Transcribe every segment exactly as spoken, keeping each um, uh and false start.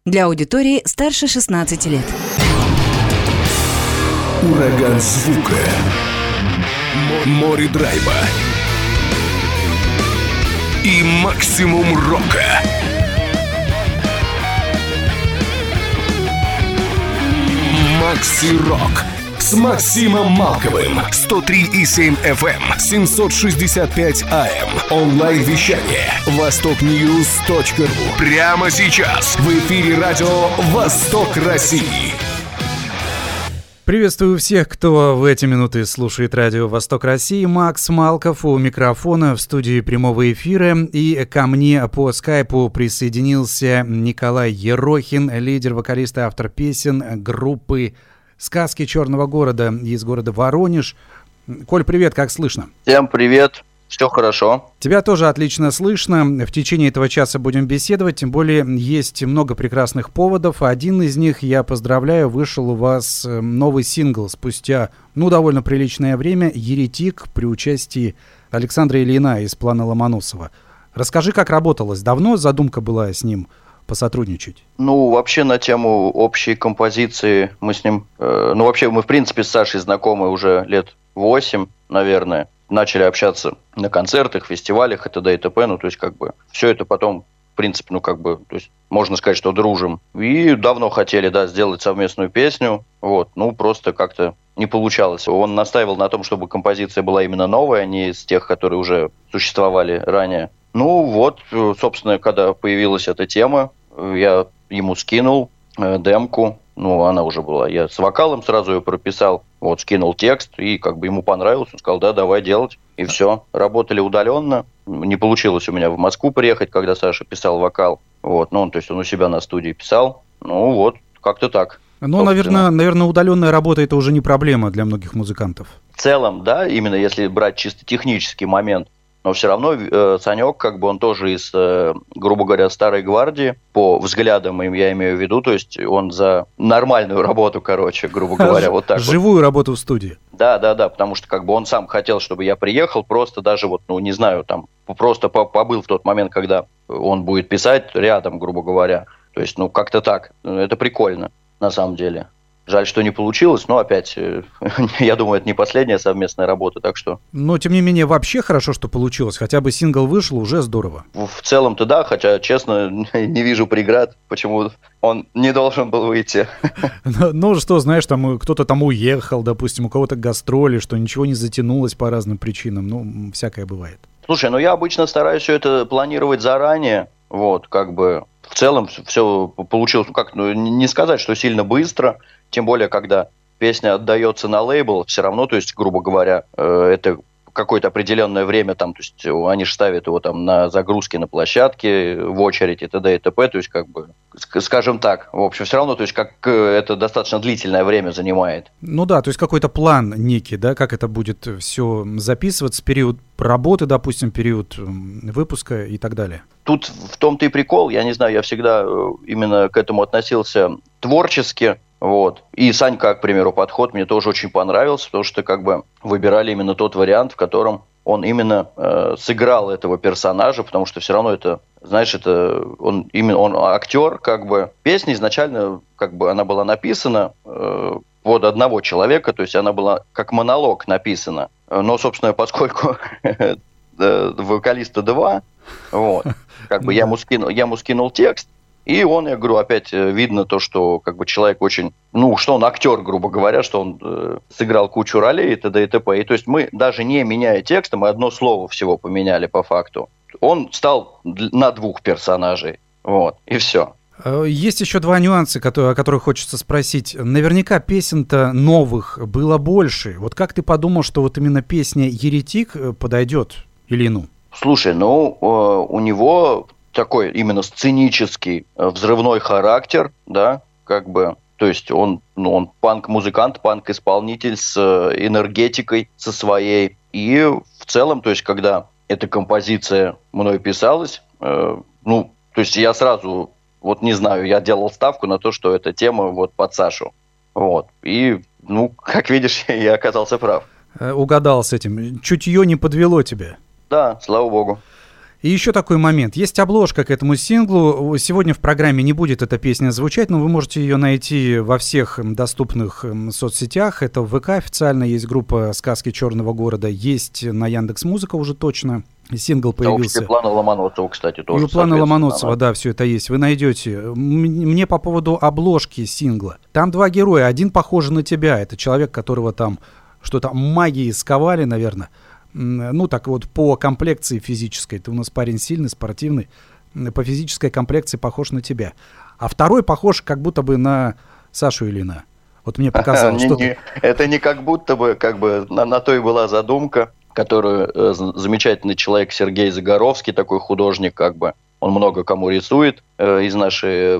Для аудитории старше шестнадцати лет. Ураган звука. Море драйва. И максимум рока. Макси Рок с Максимом Малковым. сто три и семь эф эм, семьсот шестьдесят пять а эм. Онлайн-вещание восток ньюс точка ру. Прямо сейчас в эфире радио «Восток России». Приветствую всех, кто в эти минуты слушает радио «Восток России». Макс Малков у микрофона в студии прямого эфира. И ко мне по скайпу присоединился Николай Ерохин, лидер, вокалист и автор песен группы «Сказки Черного города» из города Воронеж. Коль, привет, как слышно? Всем привет. Все хорошо. Тебя тоже отлично слышно. В течение этого часа будем беседовать, тем более есть много прекрасных поводов. Один из них, я поздравляю, вышел у вас новый сингл спустя, ну, довольно приличное время, «Еретик» при участии Александра Ильина из «Плана Ломоносова». Расскажи, как работалось. Давно задумка была с ним посотрудничать? Ну, вообще на тему общей композиции мы с ним... Э, ну, вообще мы, в принципе, с Сашей знакомы уже лет восемь, наверное. Начали общаться на концертах, фестивалях и т.д. и т.п. Ну, то есть, как бы, все это потом, в принципе, ну, как бы, то есть, можно сказать, что дружим. И давно хотели, да, сделать совместную песню, вот, ну, просто как-то не получалось. Он настаивал на том, чтобы композиция была именно новая, а не из тех, которые уже существовали ранее. Ну, вот, собственно, когда появилась эта тема, я ему скинул э, демку. Ну, она уже была. Я с вокалом сразу ее прописал, вот, скинул текст, и как бы ему понравилось. Он сказал, да, давай делать. И все. Работали удаленно. Не получилось у меня в Москву приехать, когда Саша писал вокал. Вот, ну, то есть он у себя на студии писал. Ну, вот, как-то так. Ну, наверное, наверное, удаленная работа – это уже не проблема для многих музыкантов. В целом, да, именно если брать чисто технический момент. Но все равно э, Санек, как бы он тоже из, э, грубо говоря, старой гвардии, по взглядам им я имею в виду, то есть он за нормальную работу, короче, грубо говоря, вот так. Живую вот работу в студии. Да, да, да, потому что как бы он сам хотел, чтобы я приехал, просто даже вот, ну, не знаю, там, просто побыл в тот момент, когда он будет писать рядом, грубо говоря. То есть, ну, как-то так. Это прикольно, на самом деле. Жаль, что не получилось, но опять, я думаю, это не последняя совместная работа, так что... Но, тем не менее, вообще хорошо, что получилось. Хотя бы сингл вышел, уже здорово. В целом-то да, хотя, честно, не вижу преград, почему он не должен был выйти. Ну, что, знаешь, там кто-то там уехал, допустим, у кого-то гастроли, что ничего не затянулось по разным причинам. Ну, всякое бывает. Слушай, ну я обычно стараюсь все это планировать заранее, вот, как бы... В целом все получилось, ну как, ну, не сказать, что сильно быстро, тем более, когда песня отдается на лейбл, все равно, то есть, грубо говоря, э, это какое-то определенное время, там, то есть, они же ставят его там на загрузки на площадке, в очередь и т.д. и т.п., то есть, как бы, скажем так, в общем, все равно, то есть, как это достаточно длительное время занимает. Ну да, то есть, какой-то план некий, да, как это будет все записываться, период работы, допустим, период выпуска и так далее. Тут в том-то и прикол, я не знаю, я всегда именно к этому относился творчески, вот. И Санька, к примеру, подход мне тоже очень понравился, потому что как бы выбирали именно тот вариант, в котором он именно э, сыграл этого персонажа, потому что все равно это, знаешь, это он именно он актер, как бы. Песня изначально, как бы, она была написана э, под одного человека, то есть она была как монолог написана. Но, собственно, поскольку вокалиста два, вот, как бы я ему скинул, я ему скинул текст. И он, я говорю, опять видно то, что как бы человек очень, ну, что он актер, грубо говоря, что он э, сыграл кучу ролей и т.д. и т.п. И то есть мы, даже не меняя текста, мы одно слово всего поменяли по факту. Он стал на двух персонажей, вот, и все. Есть еще два нюанса, которые, о которых хочется спросить. Наверняка песен-то новых было больше. Вот как ты подумал, что вот именно песня «Еретик» подойдет Ильину? Слушай, ну, э, у него... такой именно сценический, взрывной характер, да, как бы, то есть он, ну, он панк-музыкант, панк-исполнитель с энергетикой, со своей, и в целом, то есть когда эта композиция мной писалась, э, ну, то есть я сразу, вот не знаю, я делал ставку на то, что эта тема вот под Сашу, вот, и, ну, как видишь, я оказался прав. Угадал с этим, чутье не подвело тебя. Да, слава богу. И еще такой момент. Есть обложка к этому синглу. Сегодня в программе не будет эта песня звучать, но вы можете ее найти во всех доступных соцсетях. Это в ВК официально есть группа «Сказки черного города», есть на Яндекс.Музыка уже точно. Сингл появился. И у Плана Ломоносова, кстати, тоже. И у Плана Ломоносова, да, все это есть. Вы найдете. Мне по поводу обложки сингла. Там два героя. Один похож на тебя. Это человек, которого там что-то магией сковали, наверное. Ну, так вот, по комплекции физической. Ты у нас парень сильный, спортивный. По физической комплекции похож на тебя. А второй похож как будто бы на Сашу Ильина. Вот мне показалось, что... Это не как будто бы, как бы, на то и была задумка, которую э, замечательный человек Сергей Загоровский, такой художник, как бы, он много кому рисует э, из нашей э,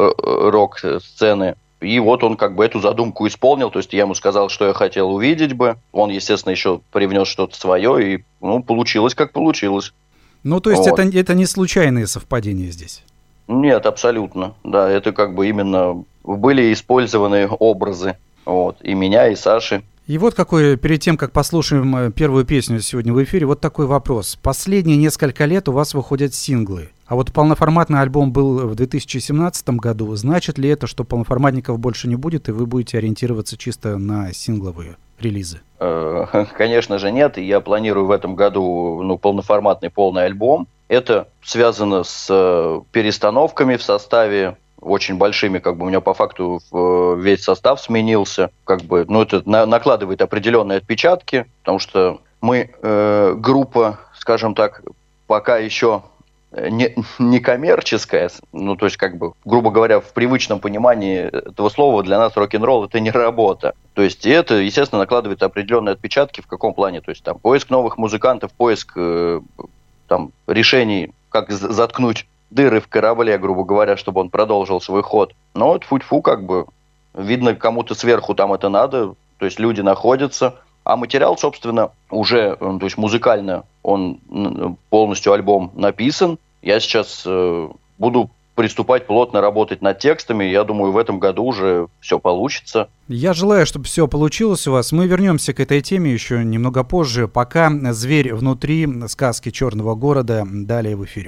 рок-сцены. И вот он как бы эту задумку исполнил, то есть я ему сказал, что я хотел увидеть бы. Он, естественно, еще привнес что-то свое, и ну, получилось, как получилось. Ну, то есть вот. это, это не случайные совпадения здесь? Нет, абсолютно. Да, это как бы именно были использованы образы. Вот, и меня, и Саши. И вот какой, перед тем, как послушаем первую песню сегодня в эфире, вот такой вопрос. Последние несколько лет у вас выходят синглы, а вот полноформатный альбом был в две тысячи семнадцатом году. Значит ли это, что полноформатников больше не будет, и вы будете ориентироваться чисто на сингловые релизы? Конечно же нет, и я планирую в этом году ну, полноформатный полный альбом. Это связано с перестановками в составе, очень большими, как бы у меня по факту весь состав сменился, как бы, ну это на, накладывает определенные отпечатки, потому что мы э, группа, скажем так, пока еще не, не коммерческая, ну то есть как бы, грубо говоря, в привычном понимании этого слова для нас рок-н-ролл это не работа. То есть это, естественно, накладывает определенные отпечатки в каком плане, то есть там поиск новых музыкантов, поиск э, там решений, как заткнуть дыры в корабле, грубо говоря, чтобы он продолжил свой ход. Но вот фу-фу, как бы, видно, кому-то сверху там это надо, то есть люди находятся, а материал, собственно, уже, то есть музыкально он полностью альбом написан. Я сейчас э, буду приступать плотно работать над текстами, я думаю, в этом году уже все получится. Я желаю, чтобы все получилось у вас. Мы вернемся к этой теме еще немного позже. Пока «Зверь внутри», «Сказки черного города», далее в эфире.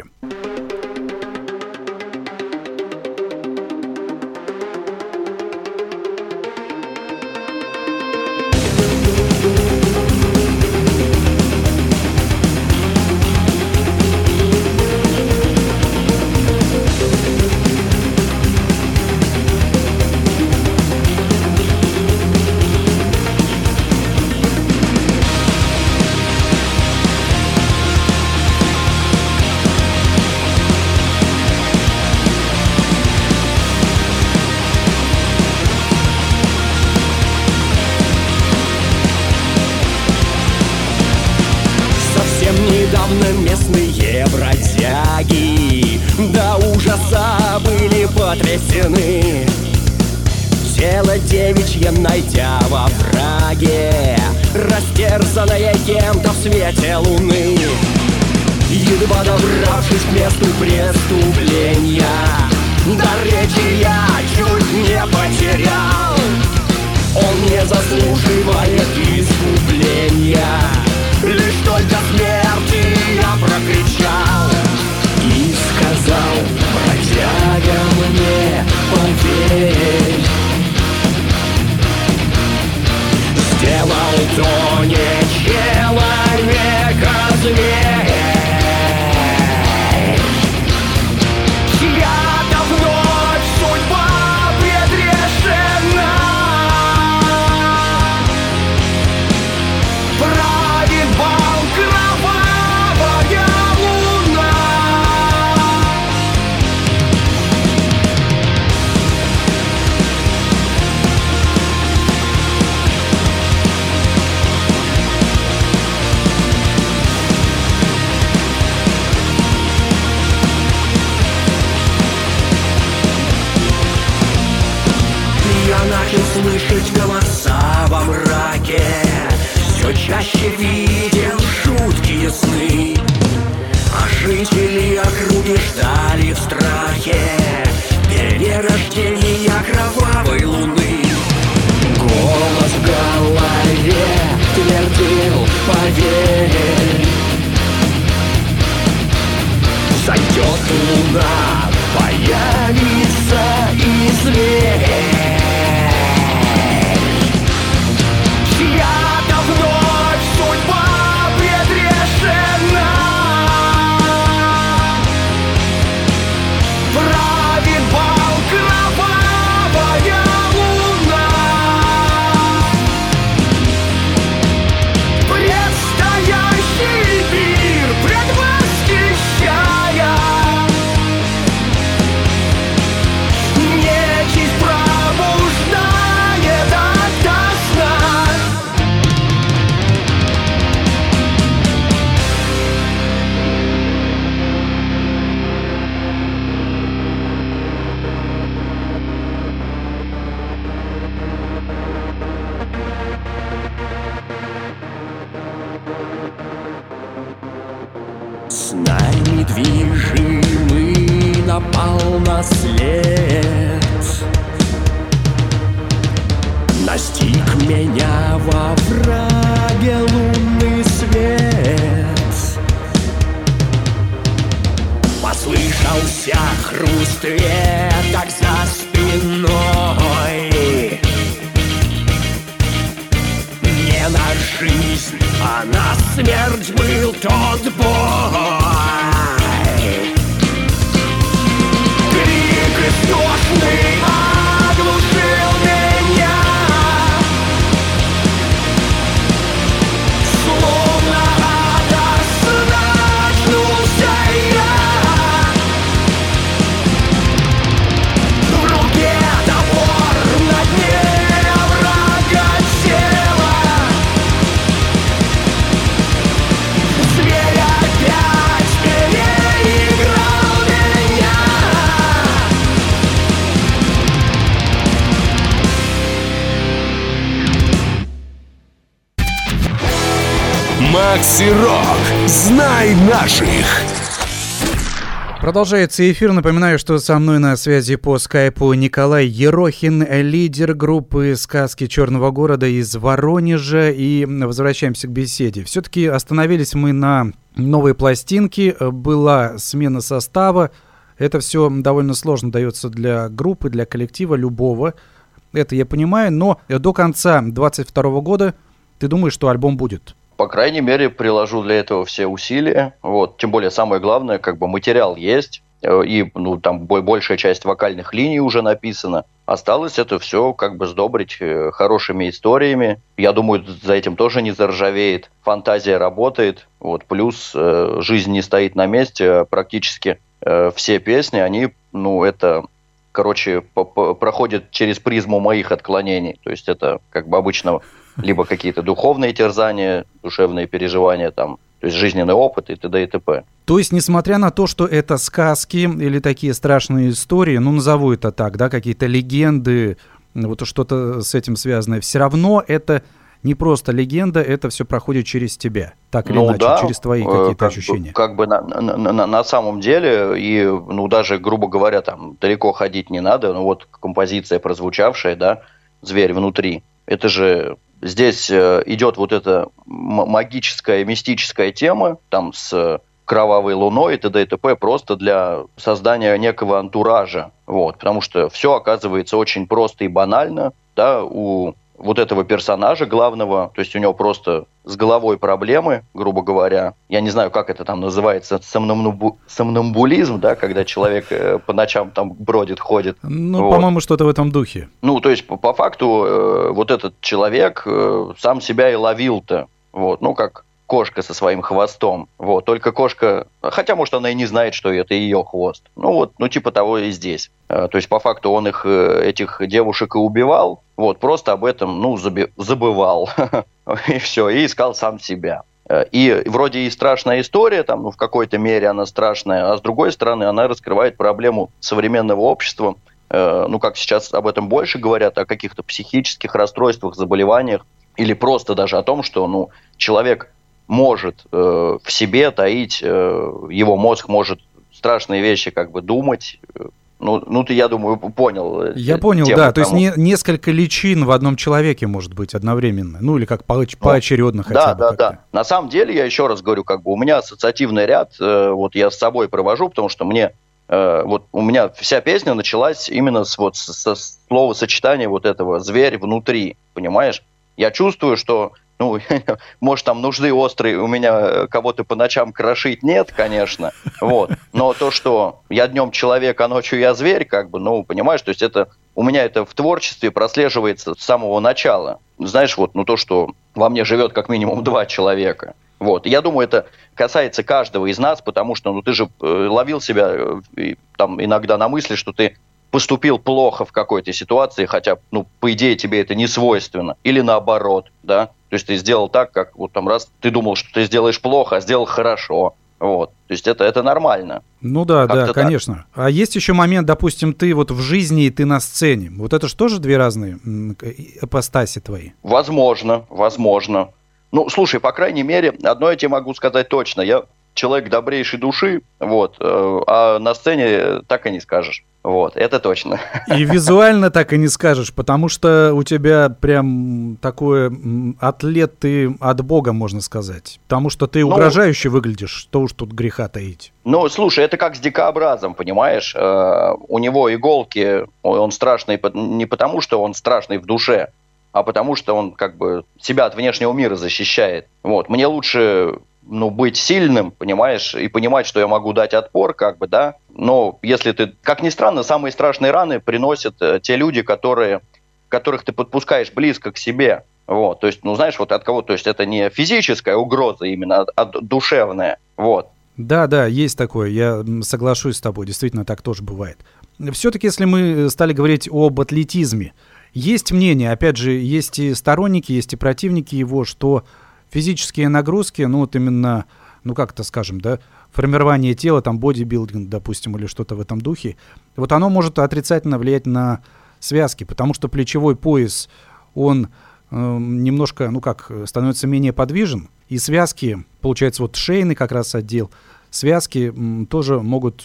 Местные бродяги до ужаса были потрясены. Тело девичье, найдя во враге, растерзанное кем-то в свете луны. Едва добравшись к месту преступления, до речи я чуть не потерял. Он не заслуживает искупления, лишь только смерти я прокричал и сказал: бродяга, мне поверь. Сделал то не человека зверь. Чья-то вновь судьба предрешена. Правит бал кровавая луна. Я начал слышать голоса во мраке, все чаще видел жуткие сны, а жители округи ждали в страхе перерождения кровавой луны. Голос в голове твердил: поверь. Зайдет луна, появится и зверь, чья-то вновь судьба предрешена. Правит бал кровавая луна, предстоящий мир предвосхищая. Нечисть пробуждает ото сна. Снами движимый напал на след, настиг меня во враге лунный свет. Послышался хруст веток за спиной. Не на жизнь, а на смерть был тот бой. Крик истошный оглушил меня, словно ото сна очнулся я. В руке топор, на дне врага тело. Зверь опять переиграл меня. Макси Рок. Знай наших. Продолжается эфир. Напоминаю, что со мной на связи по скайпу Николай Ерохин, лидер группы «Сказки Черного города» из Воронежа. И возвращаемся к беседе. Все-таки остановились мы на новой пластинке. Была смена состава. Это все довольно сложно дается для группы, для коллектива любого. Это я понимаю. Но до конца двадцать второго года ты думаешь, что альбом будет? По крайней мере, приложу для этого все усилия. Вот. Тем более, самое главное, как бы материал есть, и ну, там большая часть вокальных линий уже написана. Осталось это все как бы сдобрить хорошими историями. Я думаю, за этим тоже не заржавеет. Фантазия работает. Вот. Плюс э, жизнь не стоит на месте. Практически э, все песни, они, ну, это... короче, проходят через призму моих отклонений. То есть это как бы обычно либо какие-то духовные терзания, душевные переживания, там, то есть жизненный опыт и т.д. и т.п. То есть, несмотря на то, что это сказки или такие страшные истории, ну, назову это так, да, какие-то легенды, вот что-то с этим связанное, все равно это не просто легенда, это все проходит через тебя, так или ну, иначе, да, через твои какие-то как ощущения. Бы, как бы на, на, на, на самом деле, и, ну, даже, грубо говоря, там, далеко ходить не надо, ну, вот композиция прозвучавшая, да, «Зверь внутри», это же... Здесь э, идет вот эта магическая, мистическая тема, там с кровавой луной и т.д. и т.п. просто для создания некого антуража. Вот, потому что все оказывается очень просто и банально. Да, у вот этого персонажа главного, то есть у него просто с головой проблемы, грубо говоря. Я не знаю, как это там называется, сомнамбу... сомнамбулизм, да, когда человек э, по ночам там бродит, ходит. Ну, вот. По-моему, что-то в этом духе. Ну, то есть, по, по факту, э, вот этот человек э, сам себя и ловил-то, вот, ну, как кошка со своим хвостом, вот, только кошка, хотя, может, она и не знает, что это ее хвост, ну, вот, ну, типа того и здесь. Э, то есть, по факту, он их, этих девушек и убивал, вот, просто об этом, ну, заби- забывал, и все, и искал сам себя. И вроде и страшная история, там, ну, в какой-то мере она страшная, а с другой стороны, она раскрывает проблему современного общества. Ну, как сейчас об этом больше говорят, о каких-то психических расстройствах, заболеваниях, или просто даже о том, что, ну, человек может э, в себе таить, э, его мозг может страшные вещи как бы думать, Ну, ну ты, я думаю, понял. Я понял, да. То есть не, несколько личин в одном человеке может быть одновременно. Ну, или как по, поочередно ну, хотя да, бы. Да, как-то. да. На самом деле, я еще раз говорю, как бы у меня ассоциативный ряд, э, вот я с собой провожу, потому что мне, э, вот у меня вся песня началась именно с, вот, со словосочетания вот этого «зверь внутри», понимаешь? Я чувствую, что... Ну, может, там нужды острые у меня кого-то по ночам крошить, нет, конечно, вот. Но то, что я днем человек, а ночью я зверь, как бы, ну, понимаешь, то есть это у меня это в творчестве прослеживается с самого начала. Знаешь, вот, ну, то, что во мне живет как минимум два человека. Вот. И я думаю, это касается каждого из нас, потому что, ну, ты же ловил себя там иногда на мысли, что ты поступил плохо в какой-то ситуации, хотя, ну, по идее, тебе это не свойственно. Или наоборот, да. То есть ты сделал так, как вот там раз ты думал, что ты сделаешь плохо, а сделал хорошо. Вот. То есть это, это нормально. Ну да, Как-то да, так. Конечно. А есть еще момент, допустим, ты вот в жизни и ты на сцене. Вот это же тоже две разные ипостаси твои? Возможно, возможно. Ну, слушай, по крайней мере, одно я тебе могу сказать точно. Я человек добрейшей души, вот, а на сцене так и не скажешь. Вот, это точно. И визуально так и не скажешь, потому что у тебя прям такой атлет ты от Бога, можно сказать. Потому что ты угрожающе ну, выглядишь, что уж тут греха таить. Ну, слушай, это как с дикообразом, понимаешь? Э, у него иголки, он страшный не потому, что он страшный в душе, а потому что он как бы себя от внешнего мира защищает. Вот, мне лучше... ну, быть сильным, понимаешь, и понимать, что я могу дать отпор, как бы, да. Но если ты, как ни странно, самые страшные раны приносят э, те люди, которые, которых ты подпускаешь близко к себе. Вот, то есть, ну, знаешь, вот от кого, то есть это не физическая угроза именно, а, а душевная, вот. Да, да, есть такое, я соглашусь с тобой, действительно так тоже бывает. Все-таки, если мы стали говорить об атлетизме, есть мнение, опять же, есть и сторонники, есть и противники его, что физические нагрузки, ну вот именно, ну как-то скажем, да, формирование тела, там бодибилдинг, допустим, или что-то в этом духе, вот оно может отрицательно влиять на связки, потому что плечевой пояс, он э, немножко, ну как, становится менее подвижен, и связки, получается, вот шейный как раз отдел, связки м, тоже могут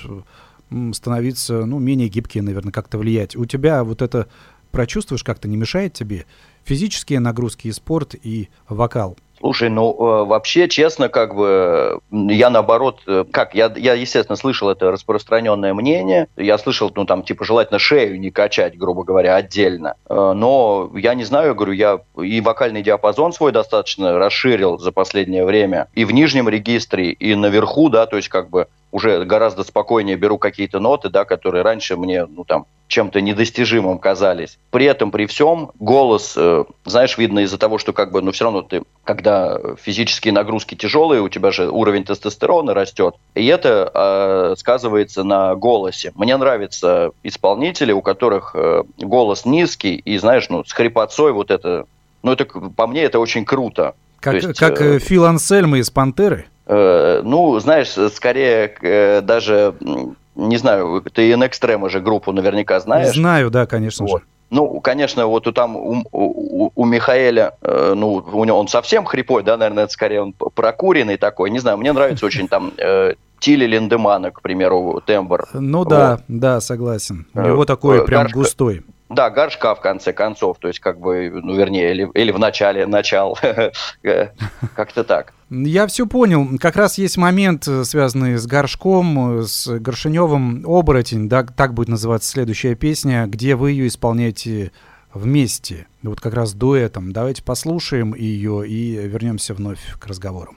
м, становиться, ну, менее гибкие, наверное, как-то влиять. У тебя вот это прочувствуешь, как-то не мешает тебе физические нагрузки и спорт, и вокал? Слушай, ну э, вообще, честно, как бы я наоборот, э, как, я, я, естественно, слышал это распространенное мнение, я слышал, ну там, типа, желательно шею не качать, грубо говоря, отдельно, э, но я не знаю, говорю, я и вокальный диапазон свой достаточно расширил за последнее время, и в нижнем регистре, и наверху, да, то есть как бы уже гораздо спокойнее беру какие-то ноты, да, которые раньше мне, ну там, чем-то недостижимым казались. При этом, при всем, голос, э, знаешь, видно из-за того, что как бы, ну, все равно ты, когда физические нагрузки тяжелые, у тебя же уровень тестостерона растет, и это э, сказывается на голосе. Мне нравятся исполнители, у которых э, голос низкий, и, знаешь, ну, с хрипотцой вот это, ну, это, по мне, это очень круто. Как, есть, как э, Фил Ансельмо из «Пантеры»? Э, ну, знаешь, скорее э, даже... Не знаю, ты In Extreme же группу наверняка знаешь. Знаю, да, конечно вот. же. Ну, конечно, вот у, там у, у, у Михаэля, э, ну, у него он совсем хрипой, да, наверное, это скорее он прокуренный такой. Не знаю, мне нравится очень там э, Тилли Линдемана, к примеру, тембр. Ну вот. да, да, согласен. У него такой э, прям Гаршка, густой. Да, горшка, в конце концов, то есть как бы, ну, вернее, или, или в начале, начал, как-то так. Я все понял. Как раз есть момент, связанный с Горшком, с Горшиневым, «Оборотень», да, так будет называться следующая песня, где вы ее исполняете вместе, вот как раз дуэтом. Давайте послушаем ее и вернемся вновь к разговору.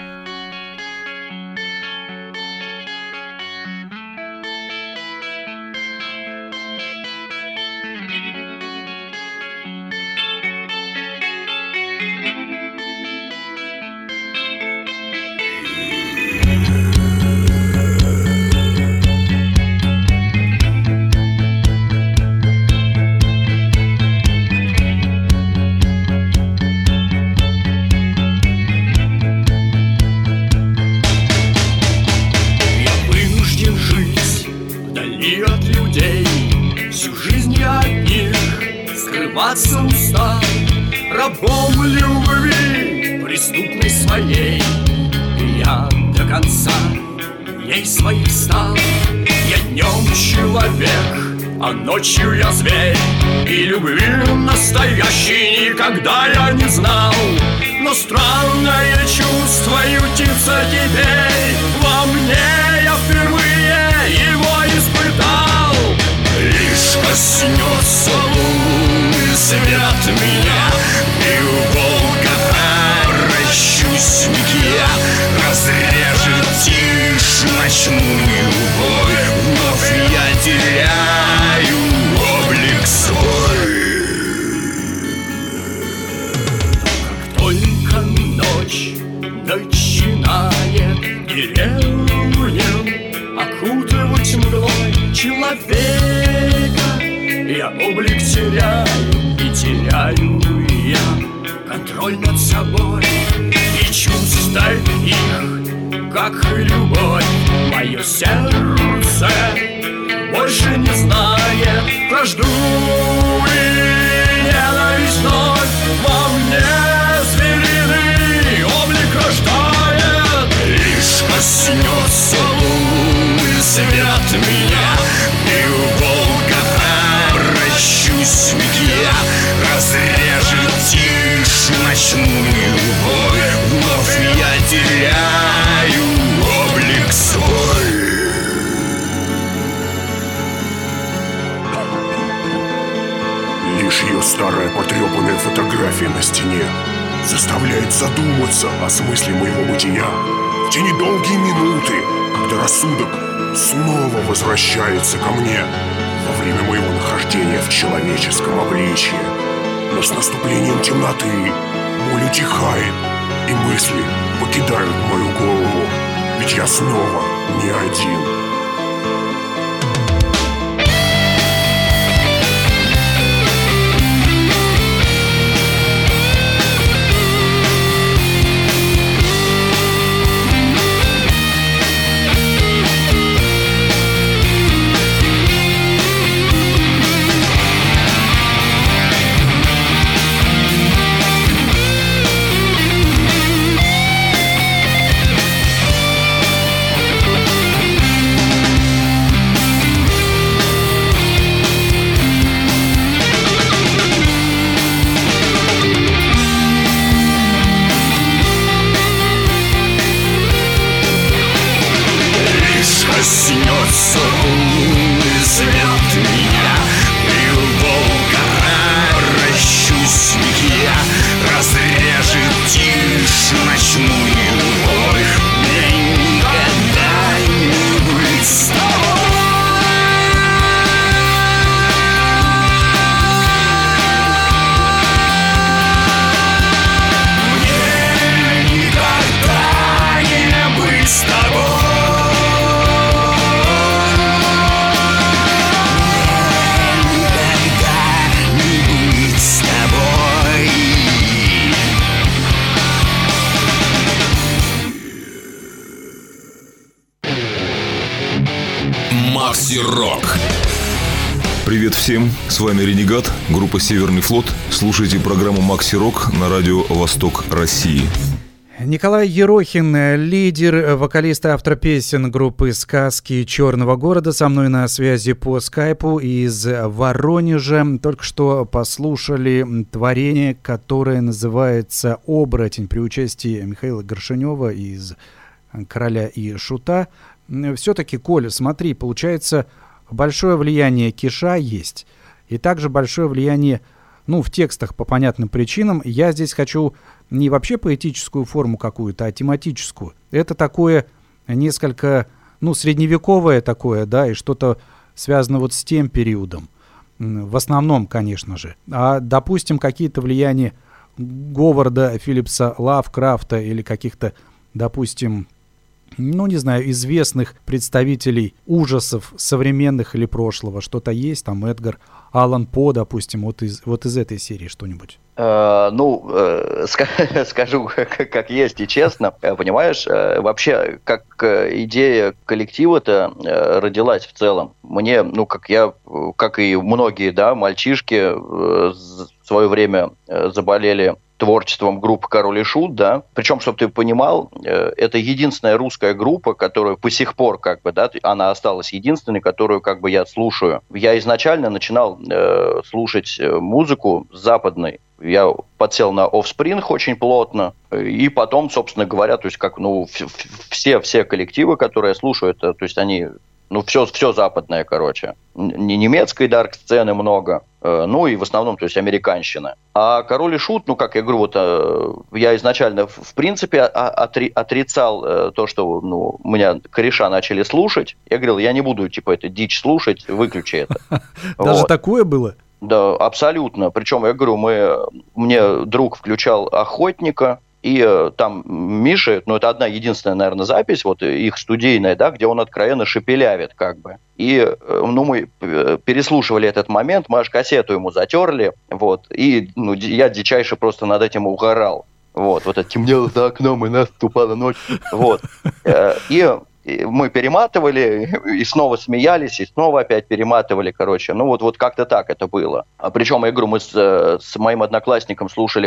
Устав, рабом любви преступной своей, и я до конца ей своих стал. Я днем человек, а ночью я зверь, и любви настоящей никогда я не знал. Но странное чувство ютится теперь во мне, я впервые его испытал. Лишь коснется лунный свет меня, и в волках обращусь миг я, разрежет тишь ночную боль, вновь я теряю облик свой. Как только ночь начинает деревню окутывать мглой человека, я облик теряю, и теряю я контроль над собой. И чувства их, как и любовь, мое сердце больше не знает вражду и ненависть вновь во мне звериный облик рождает. Лишь коснется лунный свет меня, и в волках обращусь миг я, разрежет тишь ночную боль, вновь я теряю облик свой. Лишь ее старая потрепанная фотография на стене заставляет задуматься о смысле моего бытия. В те недолгие минуты, когда рассудок снова возвращается ко мне во время моего нахождения в человеческом обличье. Но с наступлением темноты боль утихает, и мысли покидают мою голову, ведь я снова не один. Коснется лунный свет меня, и в волках обращусь миг я, разрежет тишь ночную боль, мне никогда не быть с тобой. Мне никогда не быть с тобой. Макси Рок. Привет всем, с вами Ренегат, группа «Северный флот». Слушайте программу «Макси Рок» на радио «Восток России». Николай Ерохин, лидер, вокалист и автор песен группы «Сказки Черного города», со мной на связи по скайпу из Воронежа. Только что послушали творение, которое называется «Оборотень» при участии Михаила Горшенева из «Короля и Шута». Все-таки, Коля, смотри, получается, большое влияние Киша есть, и также большое влияние, ну, в текстах по понятным причинам. Я здесь хочу не вообще поэтическую форму какую-то, а тематическую. Это такое несколько, ну, средневековое такое, да, и что-то связано вот с тем периодом. В основном, конечно же. А, допустим, какие-то влияния Говарда Филлипса Лавкрафта или каких-то, допустим, ну, не знаю, известных представителей ужасов современных или прошлого. Что-то есть, там Эдгар Аллан По, допустим, вот из, вот из этой серии что-нибудь. Uh, ну, uh, ска- скажу как, как есть и честно, понимаешь, uh, вообще, как uh, идея коллектива-то uh, родилась в целом. Мне, ну, как я, как и многие, да, мальчишки uh, в свое время uh, заболели творчеством группы «Король и Шут», да. Причем, чтобы ты понимал, это единственная русская группа, которая по сих пор, как бы, да, она осталась единственной, которую, как бы, я слушаю. Я изначально начинал э, слушать музыку западной. Я подсел на Offspring очень плотно, и потом, собственно говоря, то есть, как, ну, все, все коллективы, которые я слушаю, это, то есть, они... Ну, все, все западное, короче. Не немецкой дарк-сцены много, э, ну и в основном, то есть, американщина. А «Король и Шут», ну, как я говорю, вот э, я изначально, в, в принципе, отри, отрицал э, то, что, ну, у меня кореша начали слушать. Я говорил, я не буду, типа, это дичь слушать, выключи это. Даже такое было? Да, абсолютно. Причем, я говорю, мы, мне друг включал «Охотника», и э, там Миша, ну, это одна единственная, наверное, запись, вот их студийная, да, где он откровенно шепелявит, как бы. И, э, ну, мы переслушивали этот момент, мы аж кассету ему затерли, вот, и, ну, я дичайше просто над этим угорал. Вот, вот это темнело за окном, и наступала ночь, вот. И мы перематывали, и снова смеялись, и снова опять перематывали, короче. Ну, вот, вот как-то так это было. А причем, я говорю, мы с, с моим одноклассником слушали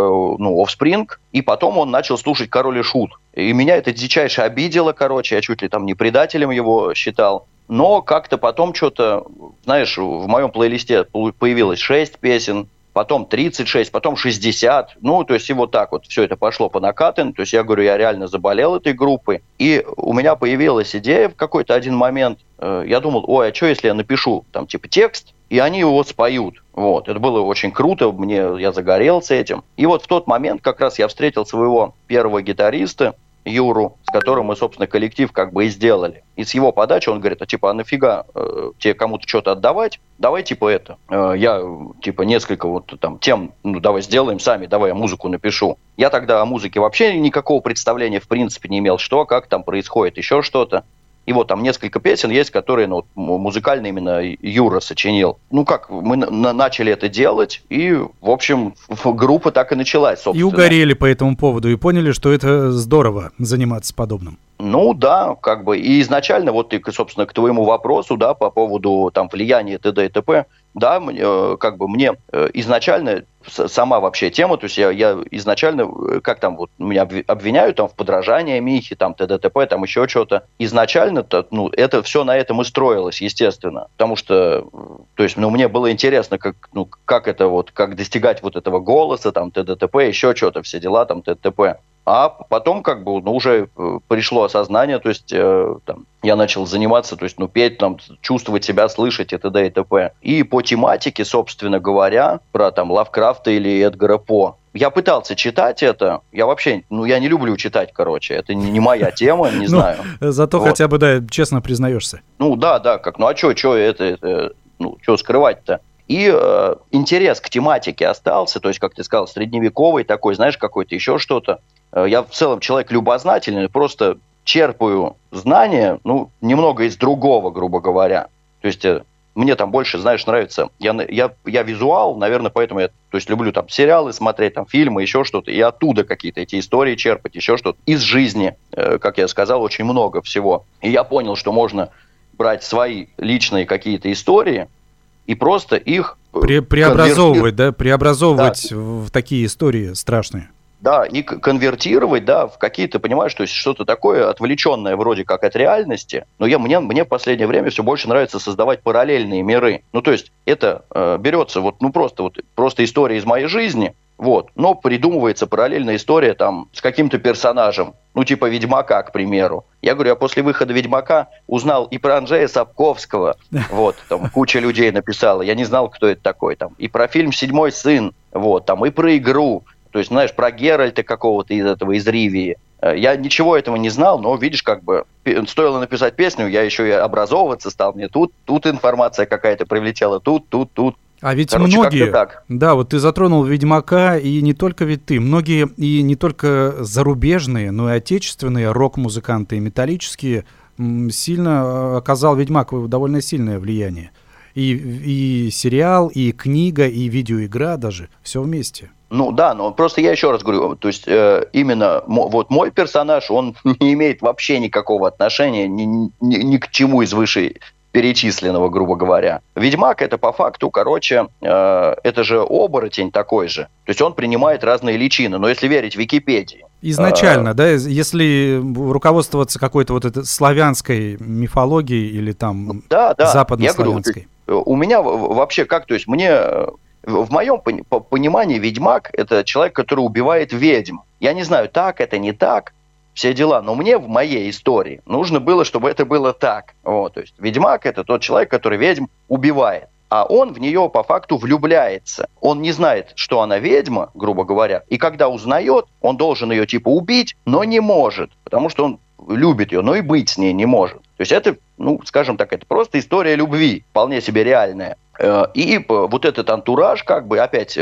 ну, Offspring, и потом он начал слушать «Король и Шут». И меня это дичайше обидело, короче, я чуть ли там не предателем его считал. Но как-то потом что-то, знаешь, в моем плейлисте появилось шесть песен, потом тридцать шесть, потом шестьдесят. Ну, то есть и вот так вот все это пошло по накатанной. То есть я говорю, я реально заболел этой группой. И у меня появилась идея в какой-то один момент. Я думал, ой, а что, если я напишу там типа текст, и они его споют. Вот. Это было очень круто, мне, я загорелся этим. И вот в тот момент как раз я встретил своего первого гитариста, Юру, с которым мы, собственно, коллектив как бы и сделали. И с его подачи он говорит, а типа, а нафига э, тебе кому-то что-то отдавать? Давай типа это. Э, я типа несколько вот там тем, ну давай сделаем сами, давай я музыку напишу. Я тогда о музыке вообще никакого представления в принципе не имел, что, как там происходит, еще что-то. И вот там несколько песен есть, которые ну, музыкально именно Юра сочинил. Ну как, мы на- начали это делать, и, в общем, группа так и началась, собственно. И угорели по этому поводу, и поняли, что это здорово заниматься подобным. Ну да, как бы, и изначально, вот, и, собственно, к твоему вопросу, да, по поводу там влияния т.д. и т.п., да, мне, как бы мне изначально сама вообще тема, то есть я, я изначально, как там вот меня обвиняют там в подражании Михе, там т.д. т.п., там еще что-то. Изначально-то, ну, это все на этом и строилось, естественно, потому что, то есть, ну, мне было интересно, как, ну, как это вот, как достигать вот этого голоса, там, т.д. т.п., еще что-то, все дела, там, т.д. т.п. А потом как бы ну, уже пришло осознание, то есть э, там, я начал заниматься, то есть ну, петь, там, чувствовать себя, слышать и т.д. и т.п. И по тематике, собственно говоря, про там Лавкрафта или Эдгара По. Я пытался читать это, я вообще, ну я не люблю читать, короче, это не, не моя тема, не знаю. Зато хотя бы, да, честно признаешься. Ну да, да, как, ну а что, что это, ну что скрывать-то? И э, интерес к тематике остался, то есть, как ты сказал, средневековый такой, знаешь, какой-то еще что-то. Э, я в целом человек любознательный, просто черпаю знания, ну, немного из другого, грубо говоря. То есть, э, мне там больше, знаешь, нравится, я, я, я визуал, наверное, поэтому я, то есть, люблю там сериалы смотреть, там фильмы, еще что-то, и оттуда какие-то эти истории черпать, еще что-то. Из жизни, э, как я сказал, очень много всего. И я понял, что можно брать свои личные какие-то истории, и просто их... Пре- преобразовывать, да? Преобразовывать да. в такие истории страшные. Да, и конвертировать, да, в какие-то, понимаешь, то есть что-то такое отвлеченное вроде как от реальности. Но я, мне, мне в последнее время все больше нравится создавать параллельные миры. Ну, то есть это э, берется вот, ну, просто, вот, просто история из моей жизни, вот, но придумывается параллельная история там с каким-то персонажем, ну, типа Ведьмака, к примеру. Я говорю, я после выхода Ведьмака узнал и про Анджея Сапковского, вот, там куча людей написала, я не знал, кто это такой, там, и про фильм «Седьмой сын», вот, там, и про игру, то есть, знаешь, про Геральта какого-то из этого, из Ривии. Я ничего этого не знал, но, видишь, как бы, стоило написать песню, я еще и образовываться стал, мне тут, тут информация какая-то прилетела, тут, тут, тут. А ведь Короче, многие, да, вот ты затронул Ведьмака, и не только ведь ты, многие и не только зарубежные, но и отечественные рок-музыканты и металлические сильно оказал Ведьмак довольно сильное влияние. И, и сериал, и книга, и видеоигра даже, все вместе. Ну да, но просто я еще раз говорю, то есть э, именно мо, вот мой персонаж, он не имеет вообще никакого отношения ни, ни, ни к чему из выше перечисленного, грубо говоря. Ведьмак — это по факту, короче, э, это же оборотень такой же. То есть он принимает разные личины, но если верить Википедии. Изначально, а, да, если руководствоваться какой-то вот этой славянской мифологией или там да, да, западнославянской. Я говорю, у меня вообще как, то есть мне, в моем понимании ведьмак — это человек, который убивает ведьм. Я не знаю, так это, не так, все дела, но мне в моей истории нужно было, чтобы это было так. Вот, то есть ведьмак — это тот человек, который ведьм убивает. А он в нее по факту влюбляется. Он не знает, что она ведьма, грубо говоря, и когда узнает, он должен ее типа убить, но не может, потому что он любит ее, но и быть с ней не может. То есть это, ну, скажем так, это просто история любви, вполне себе реальная. И вот этот антураж, как бы, опять,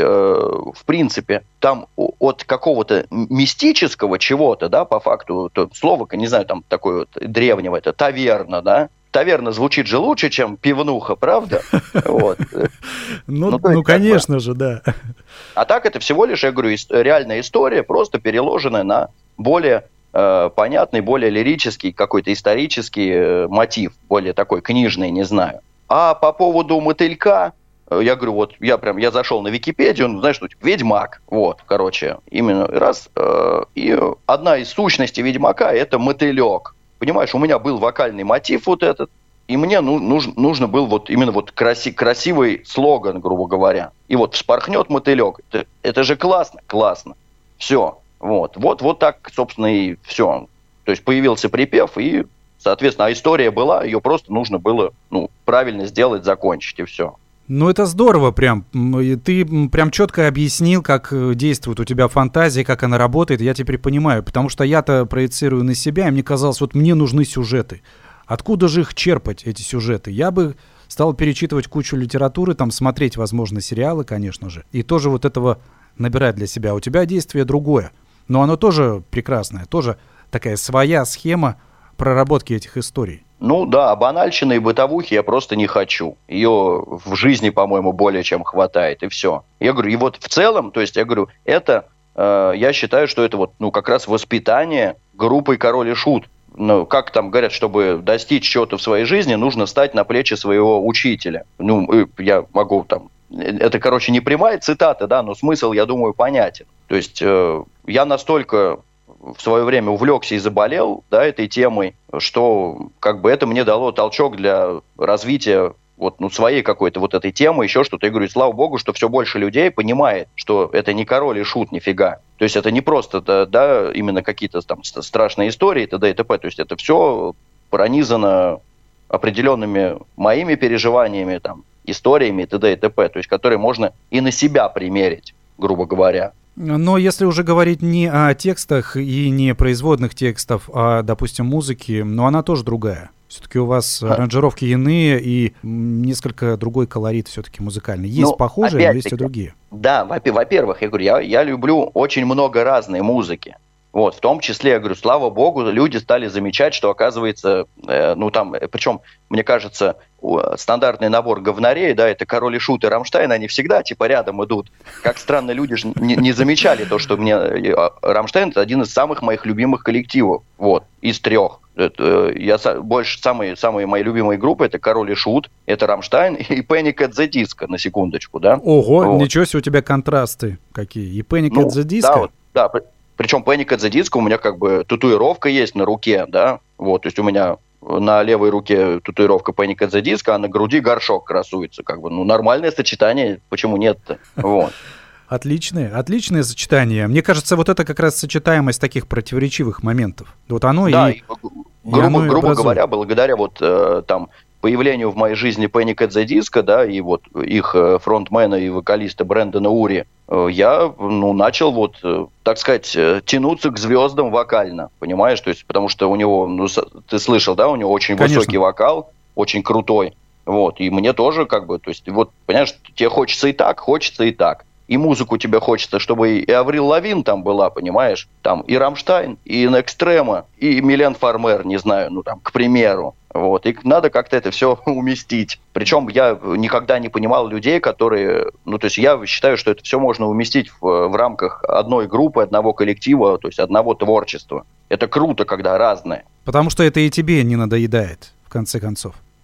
в принципе, там от какого-то мистического чего-то, да, по факту, то слово, не знаю, там такое вот древнего, это таверна, да, таверна звучит же лучше, чем пивнуха, правда? Вот. Ну, ну, ну конечно бы... же, да. А так это всего лишь, я говорю, реальная история, просто переложенная на более э, понятный, более лирический, какой-то исторический э, мотив, более такой книжный, не знаю. А по поводу мотылька, э, я говорю, вот я прям, я зашел на Википедию, ну, знаешь, тут ведьмак, вот, короче, именно раз, э, и одна из сущностей ведьмака — это мотылек. Понимаешь, у меня был вокальный мотив вот этот, и мне ну, нуж, нужно был вот именно вот краси, красивый слоган, грубо говоря. И вот вспорхнет мотылек. Это, это же классно, классно. Все. Вот. Вот, вот так, собственно, и все. То есть появился припев, и, соответственно, а история была, ее просто нужно было ну, правильно сделать, закончить, и все. Ну, это здорово прям. Ты прям четко объяснил, как действует у тебя фантазия, как она работает. Я теперь понимаю, потому что я-то проецирую на себя, и мне казалось, вот мне нужны сюжеты. Откуда же их черпать, эти сюжеты? Я бы стал перечитывать кучу литературы, там смотреть, возможно, сериалы, конечно же, и тоже вот этого набирать для себя. У тебя действие другое, но оно тоже прекрасное, тоже такая своя схема проработки этих историй. Ну да, банальщины и бытовухи я просто не хочу. Ее в жизни, по-моему, более чем хватает, и все. Я говорю, и вот в целом, то есть я говорю, это, э, я считаю, что это вот, ну, как раз воспитание группой «Король и Шут». Ну, как там говорят, чтобы достичь чего-то в своей жизни, нужно стать на плечи своего учителя. Ну, я могу там... Это, короче, не прямая цитата, да, но смысл, я думаю, понятен. То есть э, я настолько... в свое время увлекся и заболел, да, этой темой, что как бы это мне дало толчок для развития вот, ну, своей какой-то вот этой темы, еще что-то. Я говорю, слава богу, что все больше людей понимает, что это не король и шут нифига. То есть это не просто, да, да именно какие-то там страшные истории, т.д. и т.п. То есть это все пронизано определенными моими переживаниями, там, историями, т.д. и т.п. То есть которые можно и на себя примерить, грубо говоря. Но если уже говорить не о текстах и не производных текстов, а, допустим, музыке, но она тоже другая. Все-таки у вас а. аранжировки иные и несколько другой колорит все-таки музыкальный. Есть ну, похожие, но есть и другие. Да, во-первых, я говорю, я, я люблю очень много разной музыки. Вот, в том числе, я говорю, слава богу, люди стали замечать, что, оказывается, э, ну там, причем, мне кажется, стандартный набор говнарей, да, это Король и Шут и Рамштайн, они всегда типа рядом идут. Как странно, люди же не, не замечали то, что мне Рамштайн — это один из самых моих любимых коллективов, вот, из трех. Это, я больше, самые, самые мои любимые группы — это Король и Шут, это Рамштайн и Panic at the Disco, на секундочку, да. Ого, вот. Ничего себе у тебя контрасты какие. И Panic ну, at the Disco? Да, вот, да. Причем Panic at the Disco у меня как бы татуировка есть на руке, да, вот, то есть у меня на левой руке татуировка Panic at the Disco, а на груди горшок красуется, как бы, ну, нормальное сочетание, почему нет-то, вот. Отличное, отличное сочетание. Мне кажется, вот это как раз сочетаемость таких противоречивых моментов. Вот оно да, и, и грубо, и оно грубо говоря, благодаря вот э, там появлению в моей жизни Panic at the Disco, да, и вот их фронтмена и вокалиста Брэндона Ури, я, ну, начал вот, так сказать, тянуться к звездам вокально, понимаешь, то есть, потому что у него, ну, ты слышал, да, у него очень Конечно. Высокий вокал, очень крутой, вот, и мне тоже, как бы, то есть, вот, понимаешь, тебе хочется и так, хочется и так. И музыку тебе хочется, чтобы и Аврил Лавин там была, понимаешь, там и Рамштайн, и Инэкстрема, и Милен Фармер, не знаю, ну, там, к примеру. Вот, и надо как-то это все уместить. Причем я никогда не понимал людей, которые... Ну, то есть я считаю, что это все можно уместить в, в рамках одной группы, одного коллектива, то есть одного творчества. Это круто, когда разное. Потому что это и тебе не надоедает, в конце концов.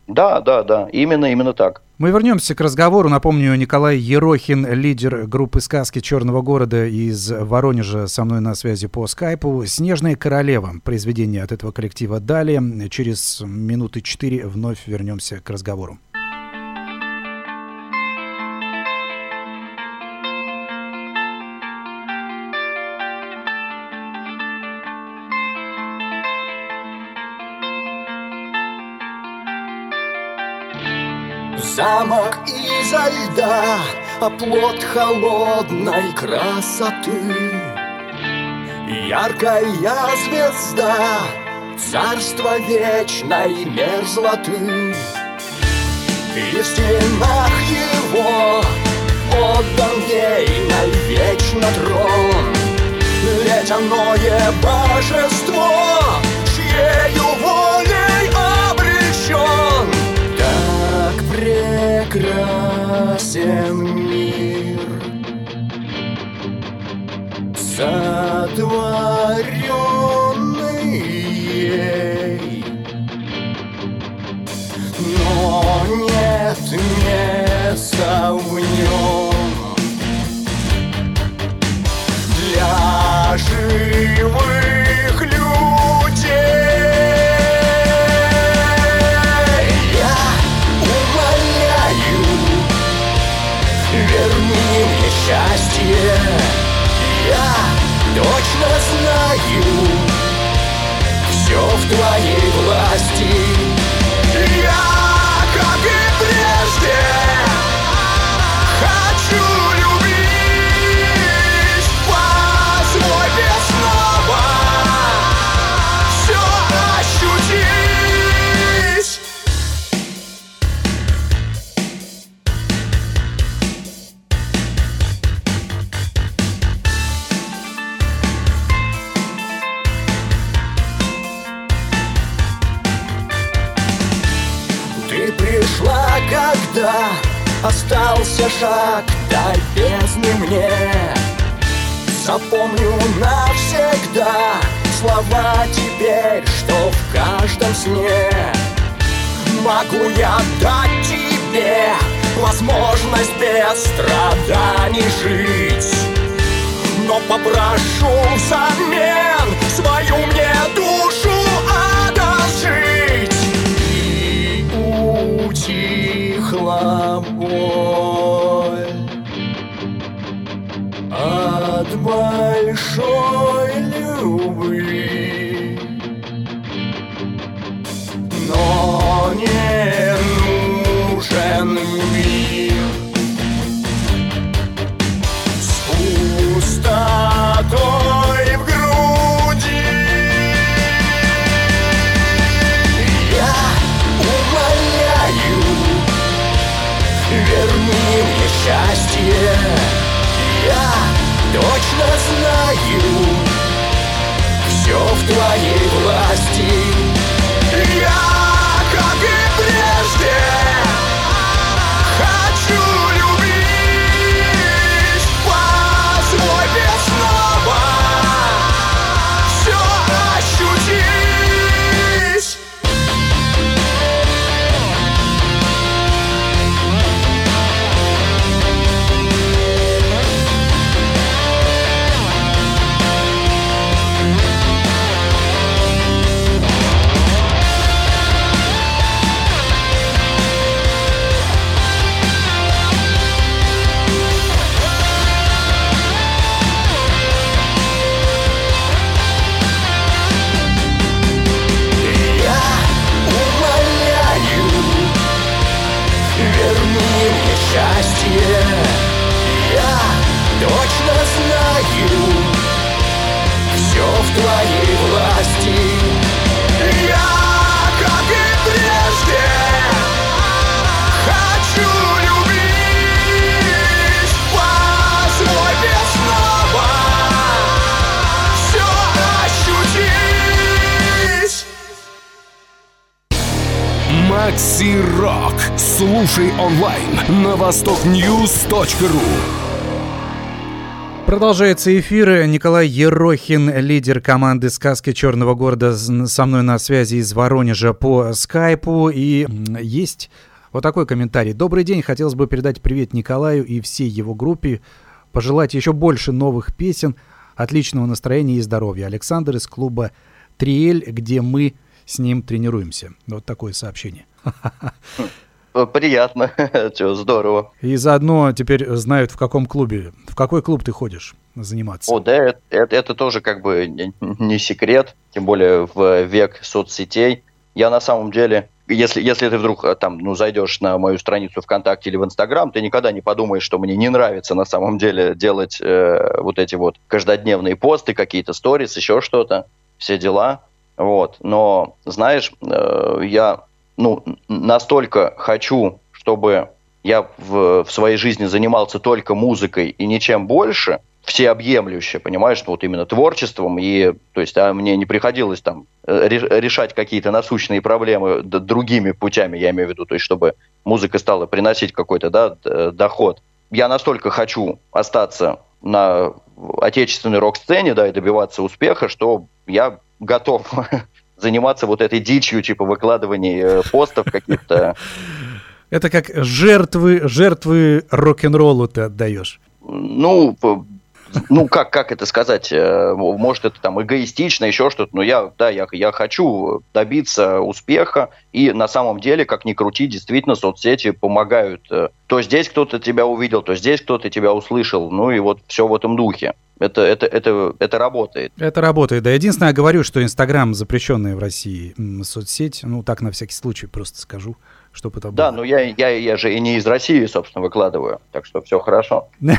Да, да, да, именно, именно так. Мы вернемся к разговору. Напомню, Николай Ерохин, лидер группы «Сказки Черного города» из Воронежа, со мной на связи по скайпу. «Снежная королева». Произведение от этого коллектива далее. Через минуты четыре вновь вернемся к разговору. Замок изо льда, оплот холодной красоты. Яркая звезда, царство вечной мерзлоты. И в стенах его отдан ей навечно трон. Ледяное божество, чьею волей обречен. Так прекрасен мир, сотворенный ей, но нет места в нем для живых людей. Верни мне счастье, я точно знаю, все в твоей власти. Я, как и прежде, хочу любить, позволь мне снова все ощутить. Когда остался шаг до бездны мне, запомню навсегда слова теперь, что в каждом сне. Могу я дать тебе возможность без страданий жить, но попрошу взамен свою мне душу одолжить. Утихла боль от большой любви, но не нужен мир с пустотой в груди. Я умоляю, верни мне счастье, я точно знаю, все в твоей власти. Я, как и прежде, хочу любить, позволь мне снова все ощутить. Счастье, я точно знаю, все в твоей власти. Я, как и прежде, хочу любить, позволь мне снова все ощутить. Макси Рок. Слушай онлайн на восток ньюс точка ру. Продолжается эфир. Николай Ерохин, лидер команды «Сказки Черного города», со мной на связи из Воронежа по скайпу. И есть вот такой комментарий. Добрый день. Хотелось бы передать привет Николаю и всей его группе. Пожелать еще больше новых песен, отличного настроения и здоровья. Александр из клуба «Триэль», где мы с ним тренируемся. Вот такое сообщение. Приятно, Чё, здорово. И заодно теперь знают, в каком клубе, в какой клуб ты ходишь заниматься. О, да, это, это, это тоже как бы не, не секрет, тем более в век соцсетей. Я на самом деле, если, если ты вдруг там, ну, зайдешь на мою страницу ВКонтакте или в Инстаграм, ты никогда не подумаешь, что мне не нравится на самом деле делать э, вот эти вот каждодневные посты, какие-то сторис, еще что-то, все дела. Вот. Но, знаешь, э, я... ну, настолько хочу, чтобы я в, в своей жизни занимался только музыкой и ничем больше, всеобъемлюще, понимаешь, вот именно творчеством, и, то есть, а мне не приходилось там решать какие-то насущные проблемы другими путями, я имею в виду, то есть, чтобы музыка стала приносить какой-то, да, доход. Я настолько хочу остаться на отечественной рок-сцене, да, и добиваться успеха, что я готов заниматься вот этой дичью, типа выкладываний постов каких-то. Это как жертвы, жертвы рок-н-роллу ты отдаешь. Ну, ну как, как это сказать? Может, это там эгоистично, еще что-то, но я, да, я, я хочу добиться успеха, и на самом деле, как ни крути, действительно соцсети помогают. То здесь кто-то тебя увидел, то здесь кто-то тебя услышал, ну и вот все в этом духе. Это, это, это, это работает. Это работает, да. Единственное, я говорю, что Инстаграм запрещенная в России соцсеть. Ну, так на всякий случай просто скажу, чтобы это было. Да, но я, я, я же и не из России, собственно, выкладываю. Так что все хорошо. Нет,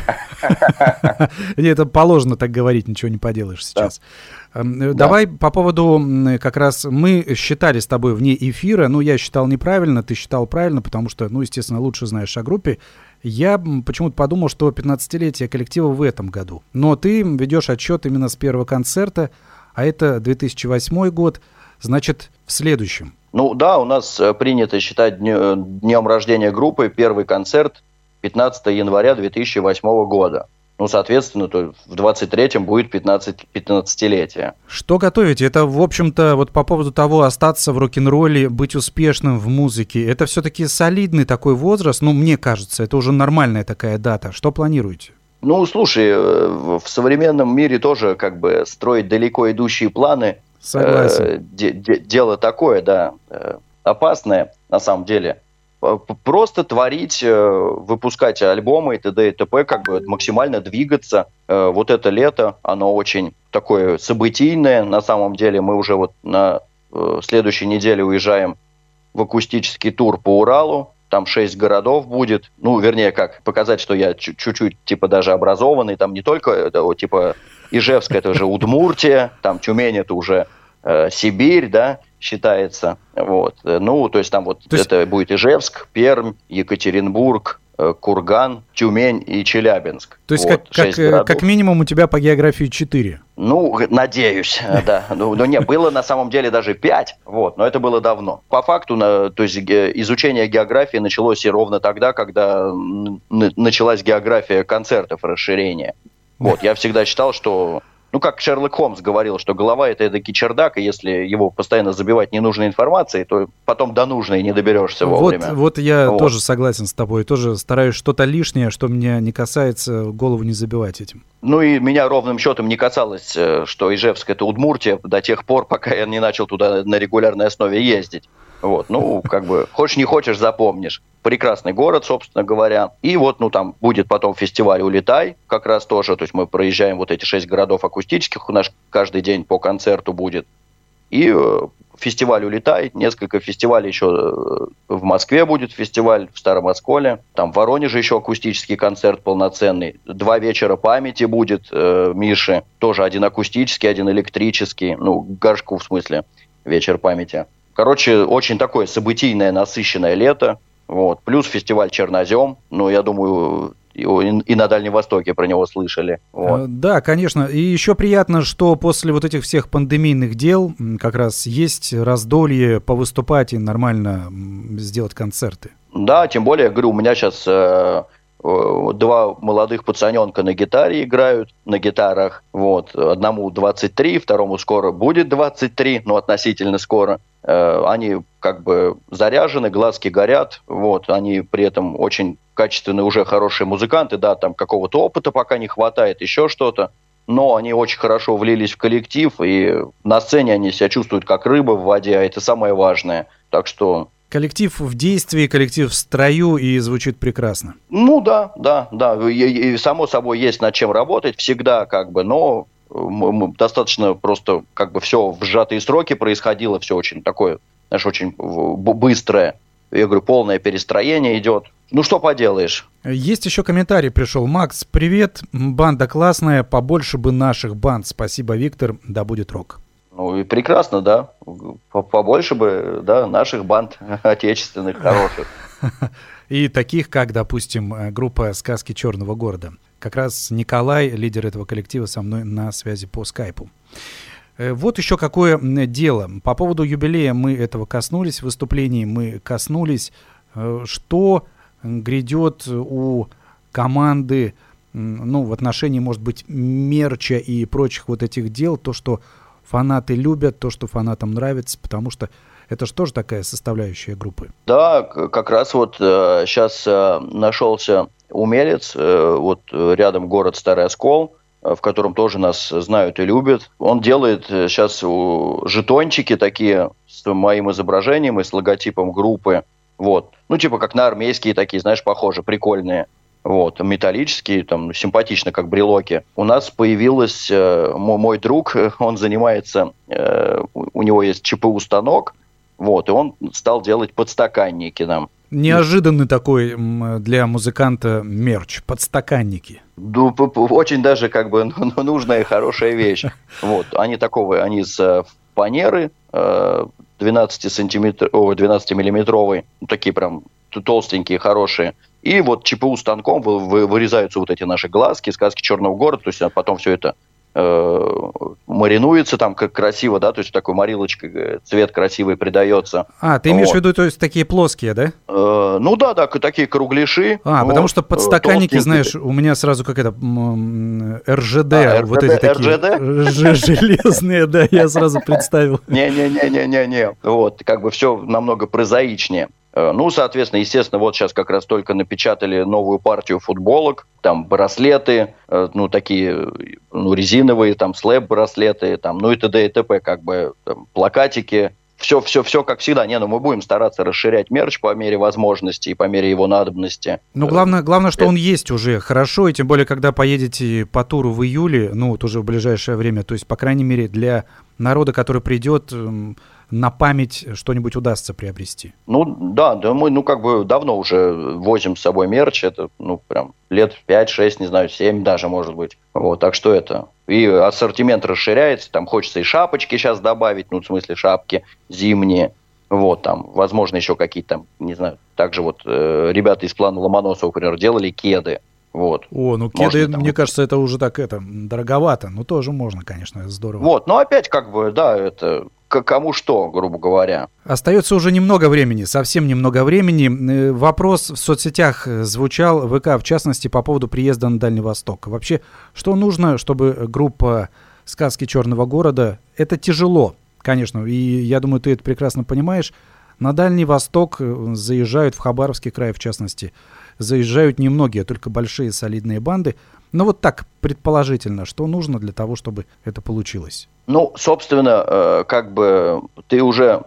это положено так говорить, ничего не поделаешь сейчас. Давай по поводу, как раз мы считали с тобой вне эфира, ну, я считал неправильно, ты считал правильно, потому что, ну, естественно, лучше знаешь о группе. Я почему-то подумал, что пятнадцатилетие коллектива в этом году. Но ты ведешь отчет именно с первого концерта, а это две тысячи восьмой год, значит, в следующем. Ну да, у нас принято считать днем рождения группы первый концерт пятнадцатого января две тысячи восьмого года. Ну, соответственно, то в двадцать третьем будет пятнадцатилетие. Что готовите? Это, в общем-то, вот по поводу того, остаться в рок-н-ролле, быть успешным в музыке, это все-таки солидный такой возраст, ну, мне кажется, это уже нормальная такая дата. Что планируете? Ну, слушай, в современном мире тоже как бы строить далеко идущие планы. Согласен. Э, де- де- дело такое, да, э, опасное на самом деле. Просто творить, выпускать альбомы и т.д. и т.п., как бы максимально двигаться. Вот это лето, оно очень такое событийное. На самом деле мы уже вот на следующей неделе уезжаем в акустический тур по Уралу. Там шесть городов будет. Ну, вернее, как, показать, что я чуть-чуть, типа, даже образованный. Там не только, это, вот, типа, Ижевск, это уже Удмуртия, там Тюмень, это уже э, Сибирь, да, считается. Вот. Ну, то есть там вот то это есть... будет Ижевск, Пермь, Екатеринбург, Курган, Тюмень и Челябинск. То есть вот, как, как, как минимум у тебя по географии четыре? Ну, надеюсь, да. Ну, ну, не, было на самом деле даже пять, вот, но это было давно. По факту, на, то есть изучение географии началось и ровно тогда, когда началась география концертов, расширение. Вот, я всегда считал, что... Ну, как Шерлок Холмс говорил, что голова – это эдакий чердак, и если его постоянно забивать ненужной информацией, то потом до нужной не доберешься вовремя. Вот, вот я вот. тоже согласен с тобой, тоже стараюсь что-то лишнее, что меня не касается, голову не забивать этим. Ну, и меня ровным счетом не касалось, что Ижевск – это Удмуртия до тех пор, пока я не начал туда на регулярной основе ездить. Вот, ну, как бы, хочешь не хочешь, запомнишь. Прекрасный город, собственно говоря. И вот, ну, там будет потом фестиваль «Улетай», как раз тоже. То есть мы проезжаем вот эти шесть городов акустических, у нас каждый день по концерту будет. И э, фестиваль «Улетай», несколько фестивалей еще э, в Москве будет фестиваль, в Старом Осколе. Там в Воронеже еще акустический концерт полноценный. Два вечера памяти будет э, Миши. Тоже один акустический, один электрический. Ну, Горшку в смысле, вечер памяти. Короче, очень такое событийное, насыщенное лето. Вот. Плюс фестиваль «Чернозем». Ну, я думаю, и, и на Дальнем Востоке про него слышали. Вот. Да, конечно. И еще приятно, что после вот этих всех пандемийных дел как раз есть раздолье повыступать и нормально сделать концерты. Да, тем более, говорю, у меня сейчас э, два молодых пацаненка на гитаре играют, на гитарах. Вот. Одному двадцать три, второму скоро будет двадцать три, но относительно скоро. Они как бы заряжены, глазки горят. Вот. Они при этом очень качественные, уже хорошие музыканты. Да, там какого-то опыта пока не хватает, еще что-то. Но они очень хорошо влились в коллектив, и на сцене они себя чувствуют как рыба в воде, а это самое важное. Так что... Коллектив в действии, коллектив в строю, и звучит прекрасно. Ну да, да, да. И, и само собой есть над чем работать всегда, как бы, но достаточно просто как бы все в сжатые сроки происходило, все очень такое, знаешь, очень быстрое. Я говорю, полное перестроение идет. Ну что поделаешь. Есть еще комментарий пришел. Макс, привет, банда классная, побольше бы наших банд. Спасибо, Виктор, да будет рок. Ну и прекрасно, да. Побольше бы, да, наших банд отечественных, хороших. И таких, как, допустим, группа «Сказки Черного города». Как раз Николай, лидер этого коллектива, со мной на связи по скайпу. Вот еще какое дело. По поводу юбилея мы этого коснулись, выступлений мы коснулись. Что грядет у команды, ну, в отношении, может быть, мерча и прочих вот этих дел, то, что фанаты любят, то, что фанатам нравится, потому что это же тоже такая составляющая группы. Да, как раз вот э, сейчас э, нашелся умелец, э, вот рядом город Старый Оскол, э, в котором тоже нас знают и любят. Он делает сейчас э, жетончики такие с моим изображением и с логотипом группы. Вот. Ну, типа как на армейские такие, знаешь, похожи, прикольные. Вот, металлические, там, симпатично, как брелоки. У нас появилась э, мой, мой друг, он занимается, э, у него есть ЧПУ-станок, вот, и он стал делать подстаканники нам. Неожиданный такой для музыканта мерч, подстаканники. Очень даже как бы нужная и хорошая вещь. Вот, они такого, они из фанеры, двенадцатимиллиметровой, такие прям толстенькие, хорошие. И вот ЧПУ станком вырезаются вот эти наши глазки, сказки Черного города, то есть потом все это э, маринуется там как красиво, да, то есть такой морилочкой цвет красивый придается. А, ты имеешь вот. в виду, то есть такие плоские, да? Э, ну да, да, такие кругляши. А, вот, потому что подстаканники, толстенькие. Знаешь, у меня сразу как это эр жэ дэ, а, вот эр жэ дэ, эти такие эр жэ дэ? Железные, да, я сразу представил. Не-не-не-не-не, вот, как бы все намного прозаичнее. Ну, соответственно, естественно, вот сейчас как раз только напечатали новую партию футболок, там браслеты, ну, такие, ну, резиновые, там, слэп-браслеты, там, ну, и т.д. и т.п., как бы, там, плакатики. Все, все, все как всегда. Не, ну мы будем стараться расширять мерч по мере возможности и по мере его надобности. Ну, главное, главное, что он есть уже хорошо, и тем более, когда поедете по туру в июле, ну, вот уже в ближайшее время, то есть, по крайней мере, для народа, который придет, на память что-нибудь удастся приобрести. Ну, да, да, мы, ну, как бы давно уже возим с собой мерч, это, ну, прям лет пять-шесть, не знаю, семь даже, может быть. Вот, так что это... И ассортимент расширяется, там хочется и шапочки сейчас добавить, ну, в смысле шапки зимние, вот, там, возможно, еще какие-то там, не знаю, также вот э, ребята из плана Ломоносова, например, делали кеды, вот. О, ну кеды, можно, там, мне кажется, это уже так, это, дороговато, ну, тоже можно, конечно, здорово. Вот, но опять, как бы, да, это... Кому что, грубо говоря. Остается уже немного времени, совсем немного времени. Вопрос в соцсетях звучал, ВК в частности, по поводу приезда на Дальний Восток. Вообще, что нужно, чтобы группа «Сказки Черного города»... Это тяжело, конечно, и я думаю, ты это прекрасно понимаешь. На Дальний Восток заезжают, в Хабаровский край в частности, заезжают немногие, только большие солидные банды. Но вот так, предположительно, что нужно для того, чтобы это получилось? Ну, собственно, как бы ты уже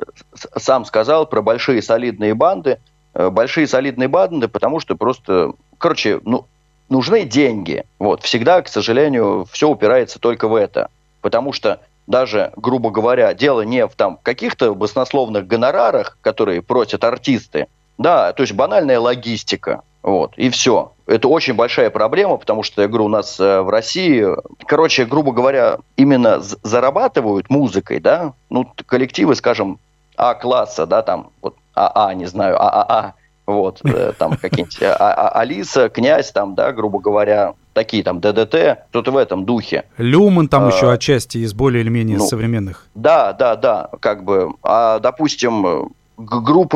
сам сказал про большие солидные банды. Большие солидные банды, потому что просто, короче, ну, нужны деньги. Вот, всегда, к сожалению, все упирается только в это. Потому что даже, грубо говоря, дело не в там каких-то баснословных гонорарах, которые просят артисты, да, то есть банальная логистика. Вот, и все. Это очень большая проблема, потому что, я говорю, у нас э, в России, короче, грубо говоря, именно з- зарабатывают музыкой, да, ну, коллективы, скажем, А-класса, да, там, вот, АА, не знаю, ААА, вот, э, там, какие-нибудь а- а- Алиса, Князь, там, да, грубо говоря, такие там ДДТ, что-то в этом духе. Люман там а, еще отчасти из более или менее ну, современных. Да, да, да, как бы, а, допустим, г- группы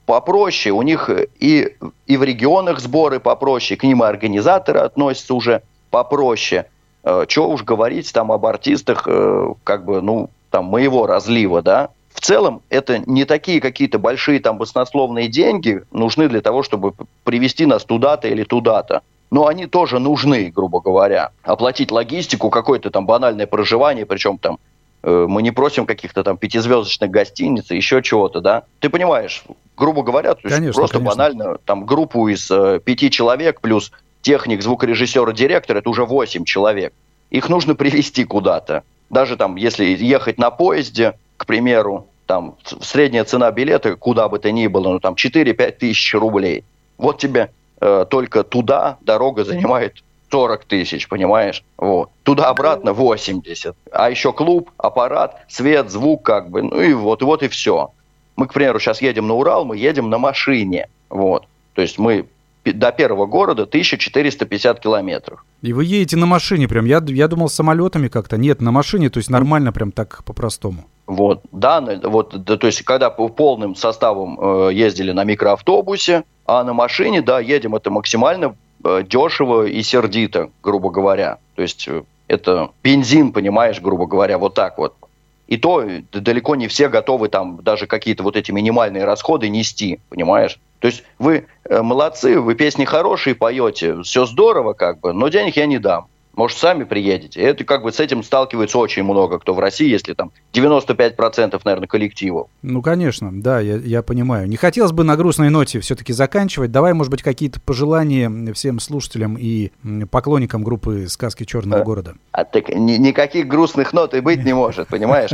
попроще, у них и, и в регионах сборы попроще, к ним и организаторы относятся уже попроще. Чего уж говорить там об артистах, как бы, ну, там, моего разлива, да. В целом, это не такие какие-то большие там баснословные деньги нужны для того, чтобы привести нас туда-то или туда-то. Но они тоже нужны, грубо говоря. Оплатить логистику, какое-то там банальное проживание, причем там э, мы не просим каких-то там пятизвездочных гостиниц, еще чего-то, да. Ты понимаешь, грубо говоря, то есть конечно, просто конечно. банально там группу из э, пяти человек плюс техник, звукорежиссер и директор, это уже восемь человек. Их нужно привезти куда-то. Даже там, если ехать на поезде, к примеру, там средняя цена билета, куда бы то ни было, ну там четыре-пять тысяч рублей. Вот тебе э, только туда дорога занимает сорок тысяч, понимаешь? Вот. Туда-обратно восемьдесят. А еще клуб, аппарат, свет, звук, как бы, ну и вот, и вот и все. Мы, к примеру, сейчас едем на Урал, мы едем на машине. Вот. То есть мы до первого города тысяча четыреста пятьдесят километров. И вы едете на машине прям? Я, я думал, самолетами как-то. Нет, на машине, то есть нормально прям так по-простому. Вот, да, вот, да, то есть когда полным составом э, ездили на микроавтобусе, а на машине, да, едем это максимально э, дешево и сердито, грубо говоря. То есть э, это бензин, понимаешь, грубо говоря, вот так вот. И то далеко не все готовы там даже какие-то вот эти минимальные расходы нести, понимаешь? То есть вы э, молодцы, вы песни хорошие поете, все здорово как бы, но денег я не дам. Может, сами приедете. Это как бы с этим сталкивается очень много кто в России, если там девяносто пять процентов, наверное, коллективов. Ну, конечно, да, я, я понимаю. Не хотелось бы на грустной ноте все-таки заканчивать. Давай, может быть, какие-то пожелания всем слушателям и поклонникам группы «Сказки Черного а, города». А так ни, никаких грустных нот и быть не может, понимаешь?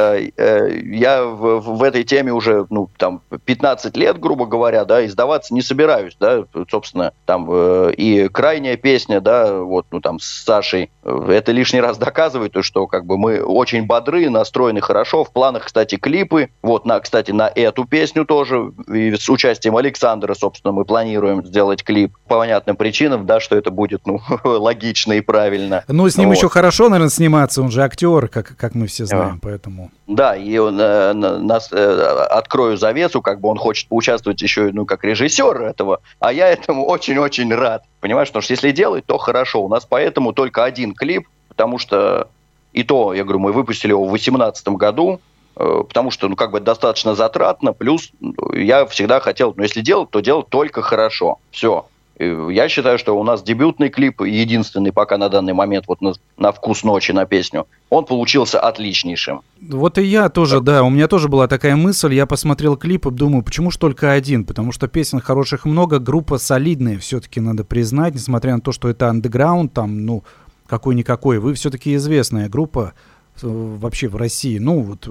Я в этой теме уже, ну, там, пятнадцать лет, грубо говоря, да, издаваться не собираюсь, да, собственно, там, и крайняя песня, да, вот, ну, там, с Сашей, это лишний раз доказывает, то, что как бы мы очень бодры, настроены хорошо. В планах, кстати, клипы. Вот, на, кстати, на эту песню тоже и с участием Александра, собственно, мы планируем сделать клип по понятным причинам, да, что это будет, ну, логично и правильно. Ну, с ним вот. Еще хорошо, наверное, сниматься, он же актер, как, как мы все знаем, а. поэтому... Да, и он, э, нас, э, открою завесу, как бы он хочет поучаствовать еще, ну, как режиссер этого, а я этому очень-очень рад. Понимаешь, потому что если делать, то хорошо. У нас поэтому только один клип, потому что и то, я говорю, мы выпустили его в две тысячи восемнадцатом году, э, потому что, ну, как бы достаточно затратно, плюс я всегда хотел, ну, если делать, то делать только хорошо. Все. Я считаю, что у нас дебютный клип, единственный пока на данный момент, вот на, на вкус ночи, на песню, он получился отличнейшим. Вот и я тоже, так. да, у меня тоже была такая мысль, я посмотрел клип и думаю, почему ж только один, потому что песен хороших много, группа солидная, все-таки надо признать, несмотря на то, что это андеграунд, там, ну, какой-никакой, вы все-таки известная группа вообще в России, ну, вот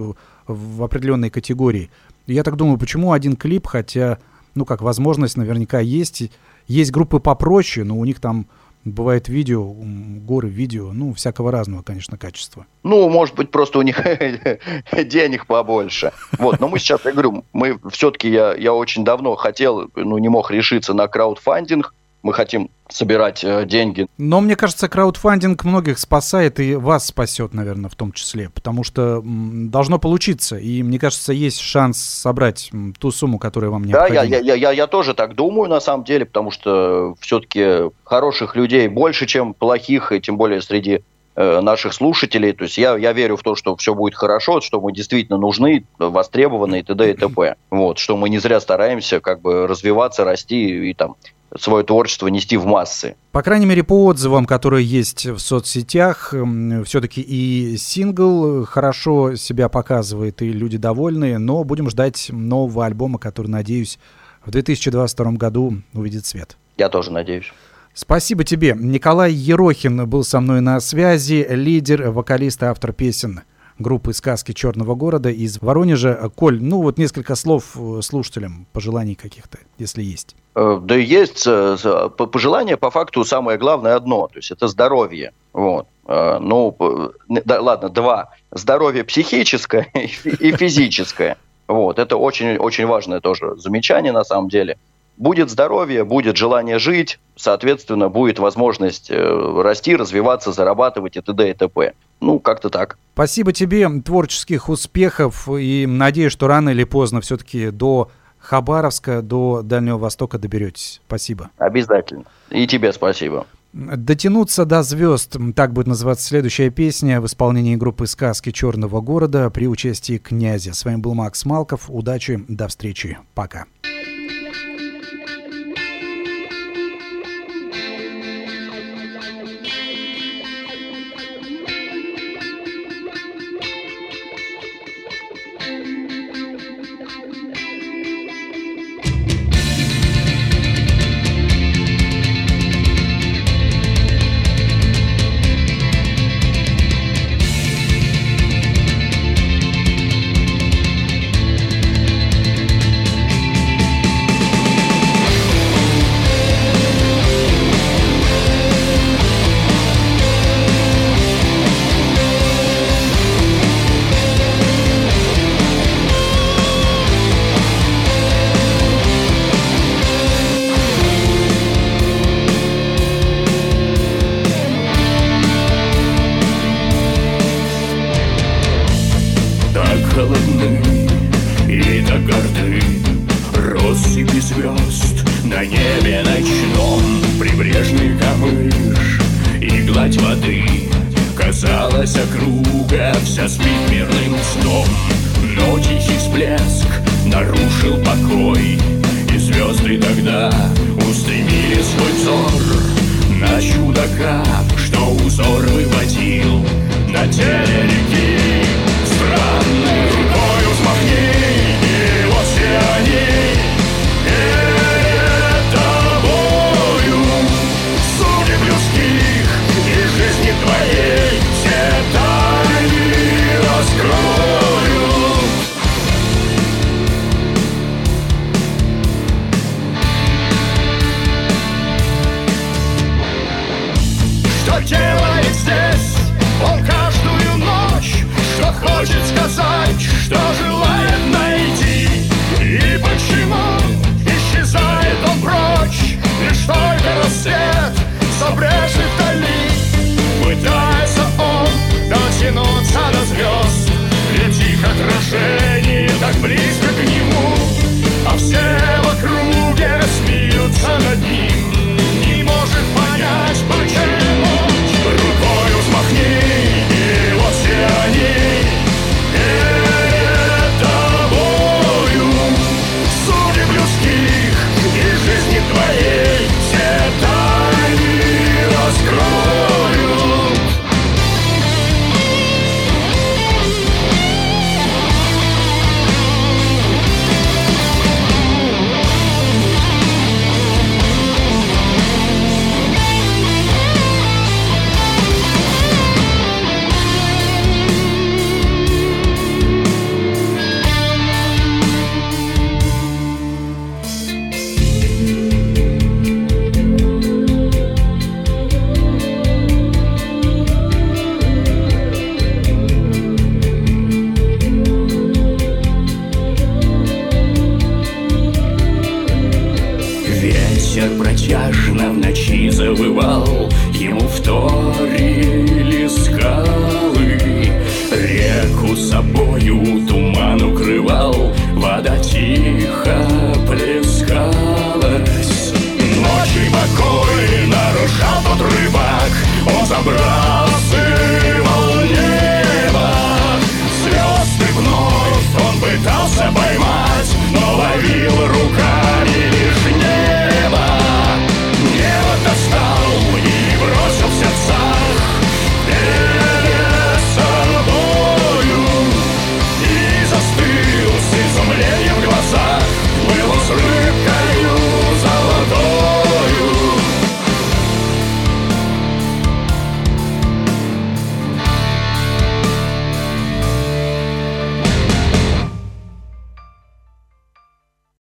в определенной категории. И я так думаю, почему один клип, хотя, ну, как возможность наверняка есть. Есть группы попроще, но у них там бывает видео, горы видео, ну, всякого разного, конечно, качества. Ну, может быть, просто у них денег побольше. Вот, но мы сейчас, я говорю, мы все-таки, я, я очень давно хотел, ну, не мог решиться на краудфандинг. Мы хотим собирать э, деньги. Но мне кажется, краудфандинг многих спасает и вас спасет, наверное, в том числе, потому что м, должно получиться, и мне кажется, есть шанс собрать м, ту сумму, которая вам необходима. Да, я, я, я, я тоже так думаю, на самом деле, потому что все-таки хороших людей больше, чем плохих, и тем более среди э, наших слушателей. То есть я, я верю в то, что все будет хорошо, что мы действительно нужны, востребованы и т.д. и т.п. Вот, что мы не зря стараемся как бы развиваться, расти и там свое творчество нести в массы. По крайней мере, по отзывам, которые есть в соцсетях, все-таки и сингл хорошо себя показывает, и люди довольны, но будем ждать нового альбома, который, надеюсь, в две тысячи двадцать втором году увидит свет. Я тоже надеюсь. Спасибо тебе. Николай Ерохин был со мной на связи, лидер, вокалист и автор песен группы «Сказки Черного города» из Воронежа. Коль, ну вот несколько слов слушателям, пожеланий каких-то, если есть. Да есть пожелание, по факту самое главное одно, то есть это здоровье. Вот. Ну, да, ладно, два. Здоровье психическое и физическое. Вот. Это очень, очень важное тоже замечание на самом деле. Будет здоровье, будет желание жить, соответственно, будет возможность расти, развиваться, зарабатывать и т.д. и т.п. Ну, как-то так. Спасибо тебе, творческих успехов, и надеюсь, что рано или поздно все-таки до Хабаровска до Дальнего Востока доберетесь. Спасибо. Обязательно. И тебе спасибо. «Дотянуться до звезд» — так будет называться следующая песня в исполнении группы «Сказки Черного города» при участии Князя. С вами был Макс Малков. Удачи, до встречи. Пока. холодны и так горды россыпи звезд на небе ночном. Прибрежный камыш и гладь воды, казалось, округа вся спит мирным сном. Но тихий всплеск нарушил покой, и звезды тогда устремили свой взор на чудака, что узор выводил на теле реки. Странной рукой взмахни, и вот все они перед тобою. Судеб людских и жизни твоей все тайны раскроют. Что делает здесь он каждую ночь? Что хочет сказать, что желает найти? И почему исчезает он прочь? Лишь только рассвет